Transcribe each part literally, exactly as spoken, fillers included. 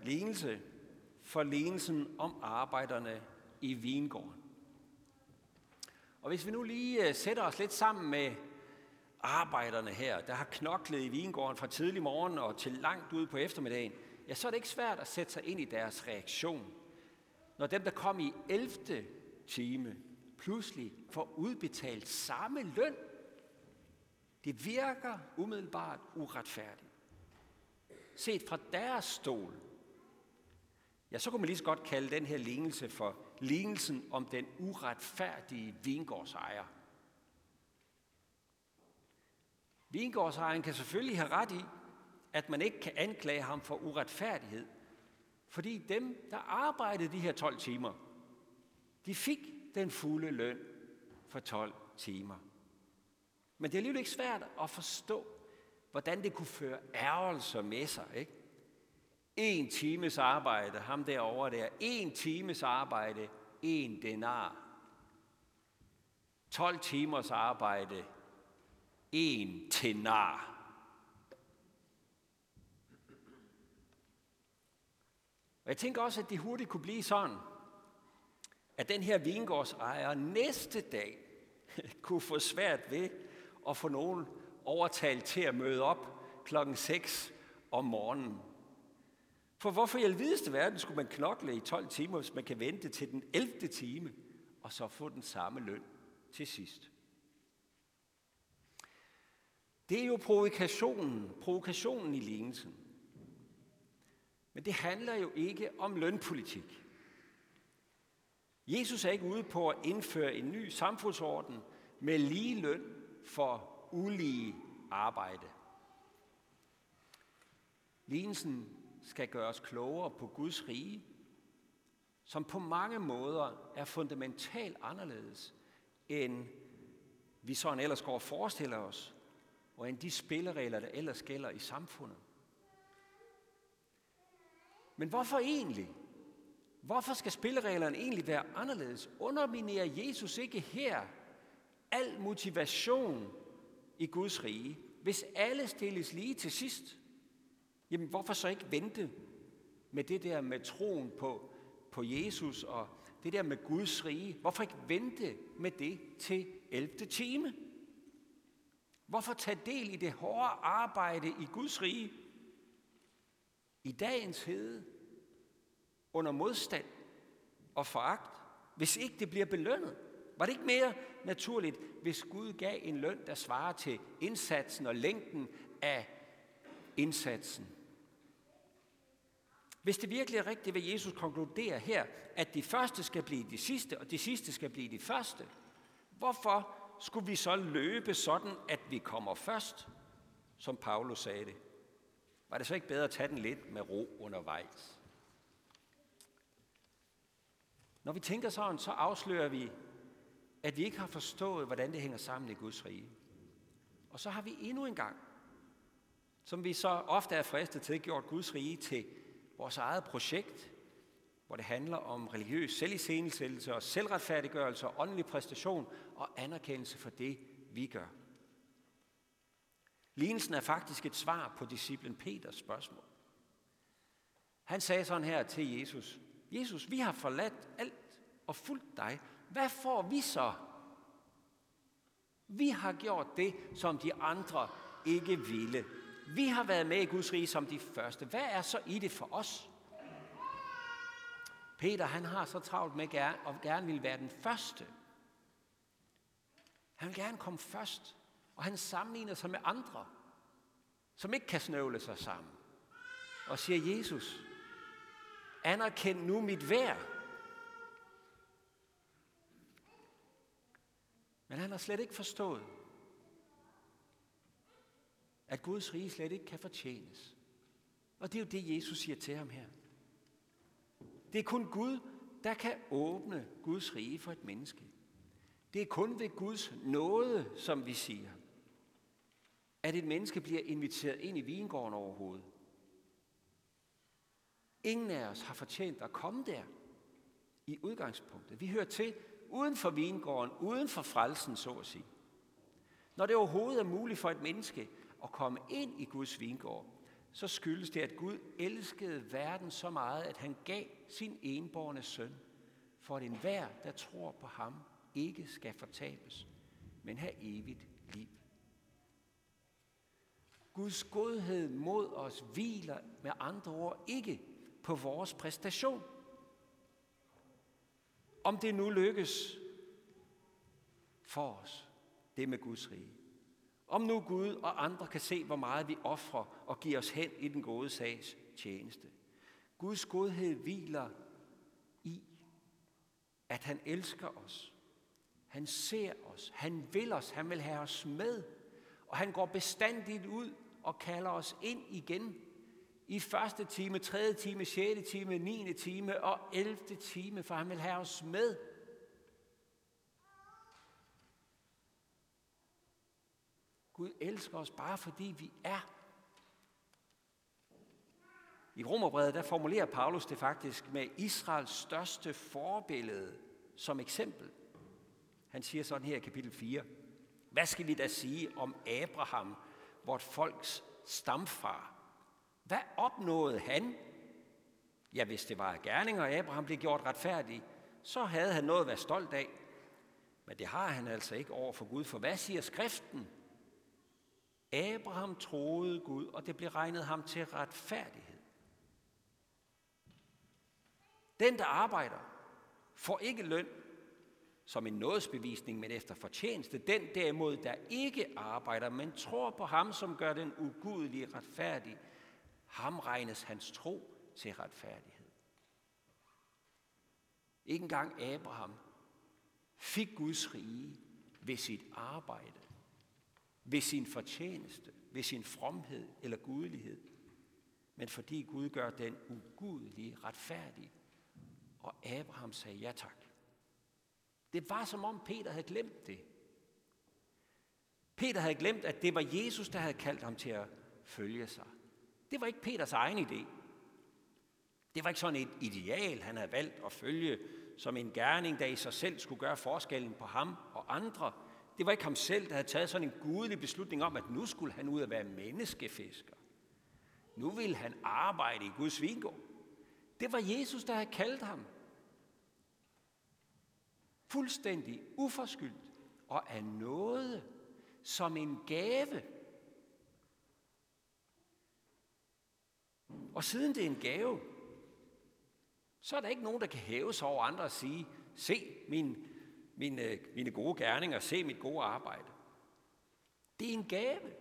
lignelse for lignelsen om arbejderne i vingården. Og hvis vi nu lige sætter os lidt sammen med arbejderne her, der har knoklet i vingården fra tidlig morgen og til langt ud på eftermiddagen, ja, så er det ikke svært at sætte sig ind i deres reaktion, når dem, der kom i ellevte time, pludselig får udbetalt samme løn. Det virker umiddelbart uretfærdigt. Set fra deres stol, ja, så kunne man lige så godt kalde den her lignelse for lignelsen om den uretfærdige vingårdsejer. Vingårdsejeren kan selvfølgelig have ret i, at man ikke kan anklage ham for uretfærdighed, fordi dem, der arbejdede de her tolv timer, de fik den fulde løn for tolv timer. Men det er alligevel ikke svært at forstå, hvordan det kunne føre ærgelser med sig, ikke? En times arbejde, ham derovre der, en times arbejde, en denar. Tolv timers arbejde, en tenar. Og jeg tænker også, at det hurtigt kunne blive sådan, at den her vingårdsejer næste dag kunne få svært ved at få nogen overtalt til at møde op klokken seks om morgenen. For hvorfor i alvideste verden skulle man knokle i tolv timer, hvis man kan vente til den ellevte time, og så få den samme løn til sidst? Det er jo provokationen, provokationen i lignelsen. Men det handler jo ikke om lønpolitik. Jesus er ikke ude på at indføre en ny samfundsorden med lige løn for ulige arbejde. Lignelsen skal gøre os klogere på Guds rige, som på mange måder er fundamentalt anderledes, end vi sådan ellers går og forestiller os, og end de spilleregler, der ellers gælder i samfundet. Men hvorfor egentlig? Hvorfor skal spillereglerne egentlig være anderledes? Underminerer Jesus ikke her al motivation i Guds rige? Hvis alle stilles lige til sidst, jamen hvorfor så ikke vente med det der med troen på, på Jesus og det der med Guds rige? Hvorfor ikke vente med det til ellevte time? Hvorfor tage del i det hårde arbejde i Guds rige? I dagens hede, under modstand og foragt, hvis ikke det bliver belønnet? Var det ikke mere naturligt, hvis Gud gav en løn, der svarer til indsatsen og længden af indsatsen? Hvis det virkelig er rigtigt, vil Jesus konkludere her, at de første skal blive de sidste, og de sidste skal blive de første, hvorfor skulle vi så løbe sådan, at vi kommer først, som Paulus sagde det? Var det så ikke bedre at tage den lidt med ro undervejs? Når vi tænker sådan, så afslører vi, at vi ikke har forstået, hvordan det hænger sammen i Guds rige. Og så har vi endnu en gang, som vi så ofte er fristet til, gjort Guds rige til vores eget projekt, hvor det handler om religiøs selviscenesættelse og selvretfærdiggørelse og åndelig præstation og anerkendelse for det, vi gør. Lignelsen er faktisk et svar på disciplen Peters spørgsmål. Han sagde sådan her til Jesus: Jesus, vi har forladt alt og fulgt dig. Hvad får vi så? Vi har gjort det, som de andre ikke ville. Vi har været med i Guds rige som de første. Hvad er så i det for os? Peter, han har så travlt med at og gerne vil være den første. Han vil gerne komme først, og han sammenligner sig med andre, som ikke kan snøvle sig sammen. Og siger, Jesus, anerkend nu mit værd. Men han har slet ikke forstået, at Guds rige slet ikke kan fortjenes. Og det er jo det, Jesus siger til ham her. Det er kun Gud, der kan åbne Guds rige for et menneske. Det er kun ved Guds nåde, som vi siger, at et menneske bliver inviteret ind i vingården overhovedet. Ingen af os har fortjent at komme der i udgangspunktet. Vi hører til uden for vingården, uden for frelsen, så at sige. Når det overhovedet er muligt for et menneske at komme ind i Guds vingård, så skyldes det, at Gud elskede verden så meget, at han gav sin enbårne søn, for at enhver, der tror på ham, ikke skal fortabes, men have evigt liv. Guds godhed mod os hviler med andre ord ikke på vores præstation. Om det nu lykkes for os, det med Guds rige. Om nu Gud og andre kan se, hvor meget vi ofrer og giver os hen i den gode sags tjeneste. Guds godhed hviler i, at han elsker os. Han ser os. Han vil os. Han vil have os med. Og han går bestandigt ud og kalder os ind igen i første time, tredje time, sjette time, niende time og ellevte time, for han vil have os med. Gud elsker os bare fordi vi er. I Romerbrevet der formulerer Paulus det faktisk med Israels største forbillede som eksempel. Han siger sådan her i kapitel fire. Hvad skal vi da sige om Abraham, vort folks stamfar? Hvad opnåede han? Ja, hvis det var gerninger, og Abraham blev gjort retfærdig, så havde han noget at være stolt af. Men det har han altså ikke over for Gud, for hvad siger skriften? Abraham troede Gud, og det blev regnet ham til retfærdighed. Den, der arbejder, får ikke løn som en nådesbevisning, men efter fortjeneste. Den derimod, der ikke arbejder, men tror på ham, som gør den ugudelige retfærdig, ham regnes hans tro til retfærdighed. Ikke engang Abraham fik Guds rige ved sit arbejde, ved sin fortjeneste, ved sin fromhed eller gudelighed, men fordi Gud gør den ugudelige retfærdig. Og Abraham sagde ja tak. Det var som om Peter havde glemt det. Peter havde glemt, at det var Jesus, der havde kaldt ham til at følge sig. Det var ikke Peters egen idé. Det var ikke sådan et ideal, han havde valgt at følge som en gerning, der i sig selv skulle gøre forskellen på ham og andre. Det var ikke ham selv, der havde taget sådan en gudelig beslutning om, at nu skulle han ud og være menneskefisker. Nu ville han arbejde i Guds vingård. Det var Jesus, der havde kaldt ham. Fuldstændig uforskyldt og af nåde som en gave. Og siden det er en gave, så er der ikke nogen, der kan hæve sig over andre og sige, se mine, mine, mine gode gerninger, se mit gode arbejde. Det er en gave.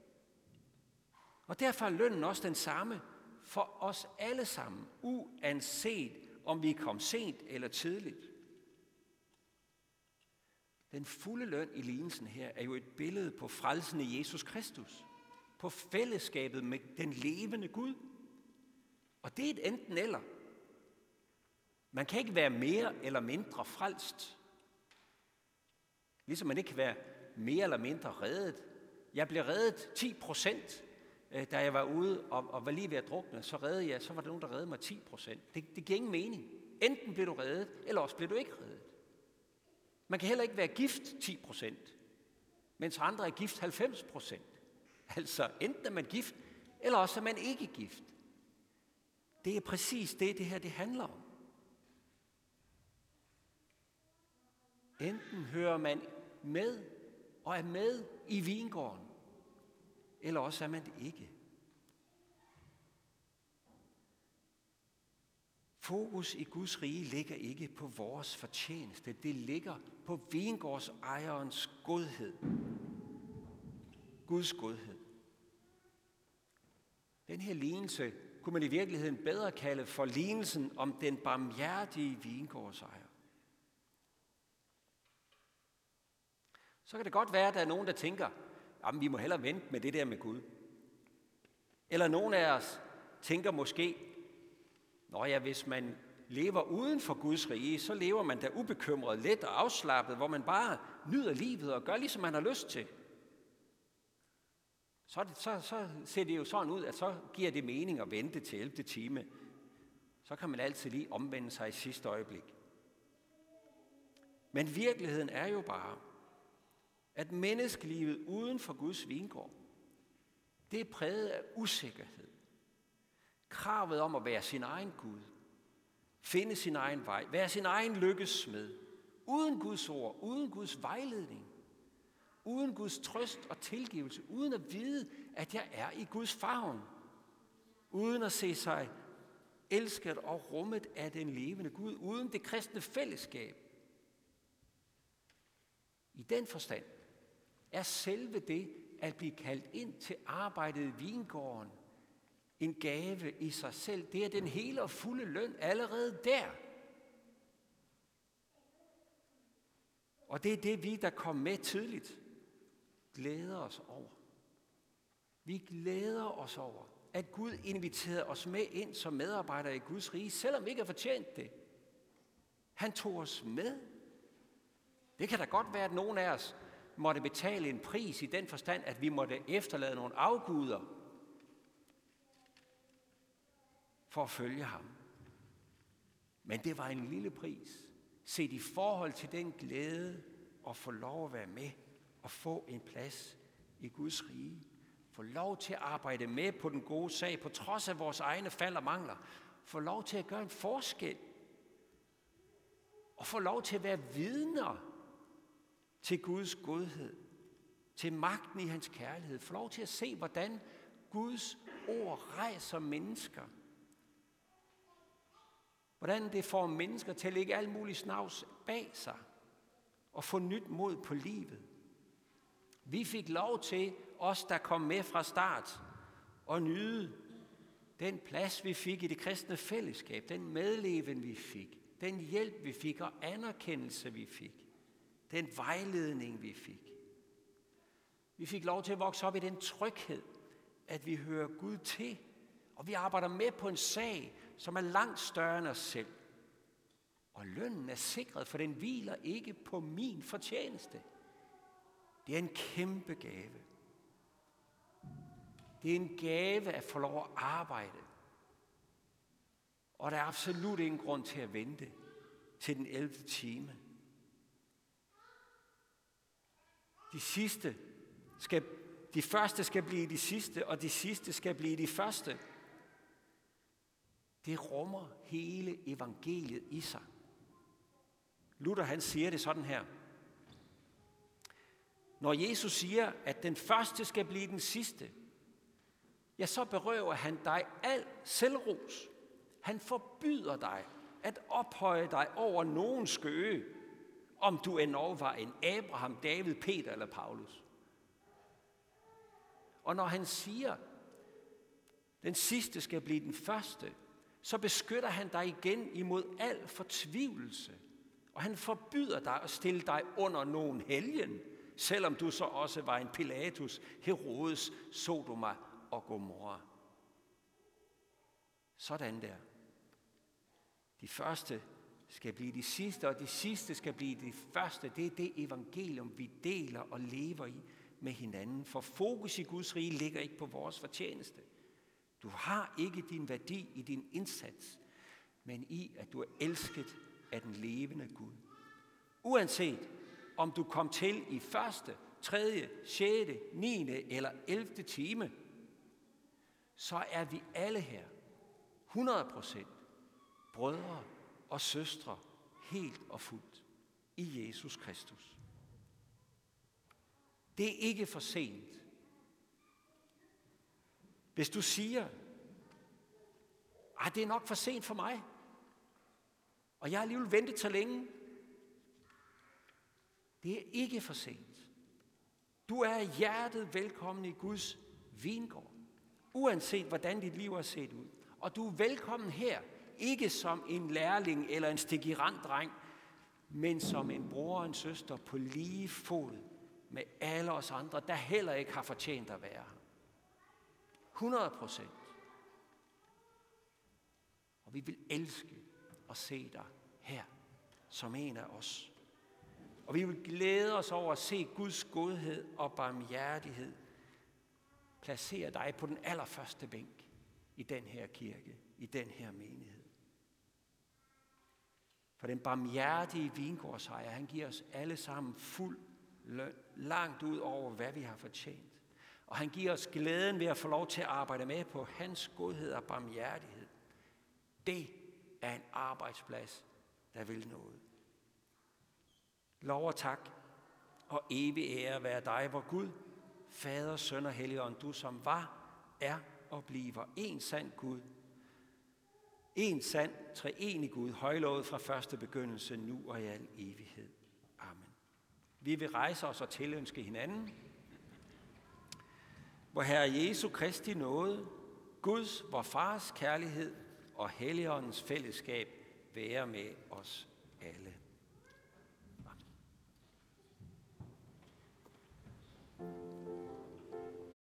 Og derfor er lønnen også den samme for os alle sammen, uanset om vi kom sent eller tidligt. Den fulde løn i lignelsen her er jo et billede på frelsen af Jesus Kristus, på fællesskabet med den levende Gud. Og det er et enten eller. Man kan ikke være mere eller mindre frelst. Ligesom man ikke kan være mere eller mindre reddet. Jeg blev reddet ti procent, da jeg var ude og, og var lige ved at drukne. Så reddede jeg, så var der nogen, der reddede mig ti procent. Det, det giver ingen mening. Enten blev du reddet, eller også blev du ikke reddet. Man kan heller ikke være gift ti procent, mens andre er gift halvfems procent. Altså enten er man gift, eller også er man ikke gift. Det er præcis det, det her det handler om. Enten hører man med og er med i vingården, eller også er man det ikke. Fokus i Guds rige ligger ikke på vores fortjeneste. Det ligger på vingårdsejerens godhed. Guds godhed. Den her lignelse kunne man i virkeligheden bedre kalde for lignelsen om den barmhjertige vingårdsejer. Så kan det godt være, at der er nogen, der tænker, jamen vi må hellere vente med det der med Gud. Eller nogen af os tænker måske, nå ja, hvis man lever uden for Guds rige, så lever man da ubekymret, let og afslappet, hvor man bare nyder livet og gør, ligesom man har lyst til. Så, det, så, så ser det jo sådan ud, at så giver det mening at vente til ellevte time. Så kan man altid lige omvende sig i sidste øjeblik. Men virkeligheden er jo bare, at menneskelivet uden for Guds vingård, det er præget af usikkerhed, Kravet om at være sin egen Gud. Finde sin egen vej. Være sin egen lykkesmed. Uden Guds ord. Uden Guds vejledning. Uden Guds trøst og tilgivelse. Uden at vide, at jeg er i Guds favn. Uden at se sig elsket og rummet af den levende Gud. Uden det kristne fællesskab. I den forstand er selve det at blive kaldt ind til arbejdet i vingården en gave i sig selv. Det er den hele og fulde løn allerede der. Og det er det, vi, der kom med tidligt, glæder os over. Vi glæder os over, at Gud inviterede os med ind som medarbejdere i Guds rige, selvom vi ikke har fortjent det. Han tog os med. Det kan da godt være, at nogen af os måtte betale en pris i den forstand, at vi måtte efterlade nogle afguder for at følge ham. Men det var en lille pris, set i forhold til den glæde at få lov at være med og få en plads i Guds rige. Få lov til at arbejde med på den gode sag, på trods af vores egne fald og mangler. Få lov til at gøre en forskel. Og få lov til at være vidner til Guds godhed, til magten i hans kærlighed. Få lov til at se, hvordan Guds ord rejser mennesker. Hvordan det får mennesker til at lægge alt muligt snavs bag sig og få nyt mod på livet. Vi fik lov til, os der kom med fra start, at nyde den plads, vi fik i det kristne fællesskab, den medleven, vi fik, den hjælp, vi fik, og anerkendelse, vi fik, den vejledning, vi fik. Vi fik lov til at vokse op i den tryghed, at vi hører Gud til, og vi arbejder med på en sag, som er langt større end os selv. Og lønnen er sikret, for den hviler ikke på min fortjeneste. Det er en kæmpe gave. Det er en gave at få lov at arbejde. Og der er absolut ingen grund til at vente til den ellevte time. De sidste skal, de første skal blive de sidste, og de sidste skal blive de første. Det rummer hele evangeliet i sig. Luther han siger det sådan her. Når Jesus siger, at den første skal blive den sidste, ja, så berøver han dig al selvros. Han forbyder dig at ophøje dig over nogen skøge, om du endnu var en Abraham, David, Peter eller Paulus. Og når han siger, den sidste skal blive den første, så beskytter han dig igen imod al fortvivlelse. Og han forbyder dig at stille dig under nogen helgen, selvom du så også var en Pilatus, Herodes, Sodoma og Gomorra. Sådan der. De første skal blive de sidste, og de sidste skal blive de første. Det er det evangelium, vi deler og lever i med hinanden. For fokus i Guds rige ligger ikke på vores fortjeneste. Du har ikke din værdi i din indsats, men i, at du er elsket af den levende Gud. Uanset om du kom til i første, tredje, sjette, niende eller ellevte time, så er vi alle her hundrede procent brødre og søstre helt og fuldt i Jesus Kristus. Det er ikke for sent. Hvis du siger, at det er nok for sent for mig, og jeg har alligevel ventet så længe, det er ikke for sent. Du er hjertet velkommen i Guds vingård, uanset hvordan dit liv har set ud. Og du er velkommen her, ikke som en lærling eller en stikiranddreng, men som en bror og en søster på lige fod med alle os andre, der heller ikke har fortjent at være her. hundrede procent. Og vi vil elske at se dig her, som en af os. Og vi vil glæde os over at se Guds godhed og barmhjertighed placere dig på den allerførste bænk i den her kirke, i den her menighed. For den barmhjertige vingårdsejer, han giver os alle sammen fuld løn, langt ud over, hvad vi har fortjent. Og han giver os glæden ved at få lov til at arbejde med på hans godhed og barmhjertighed. Det er en arbejdsplads, der vil noget. Lov og tak og evig ære være dig, vor Gud, Fader, Søn og Helligånd, du som var, er og bliver en sand Gud. En sand, treenig Gud, højlovet fra første begyndelse, nu og i al evighed. Amen. Vi vil rejse os og tilønske hinanden. Vor Herre Jesu Kristi nåde, Guds, vor Fars kærlighed og Helligåndens fællesskab være med os alle.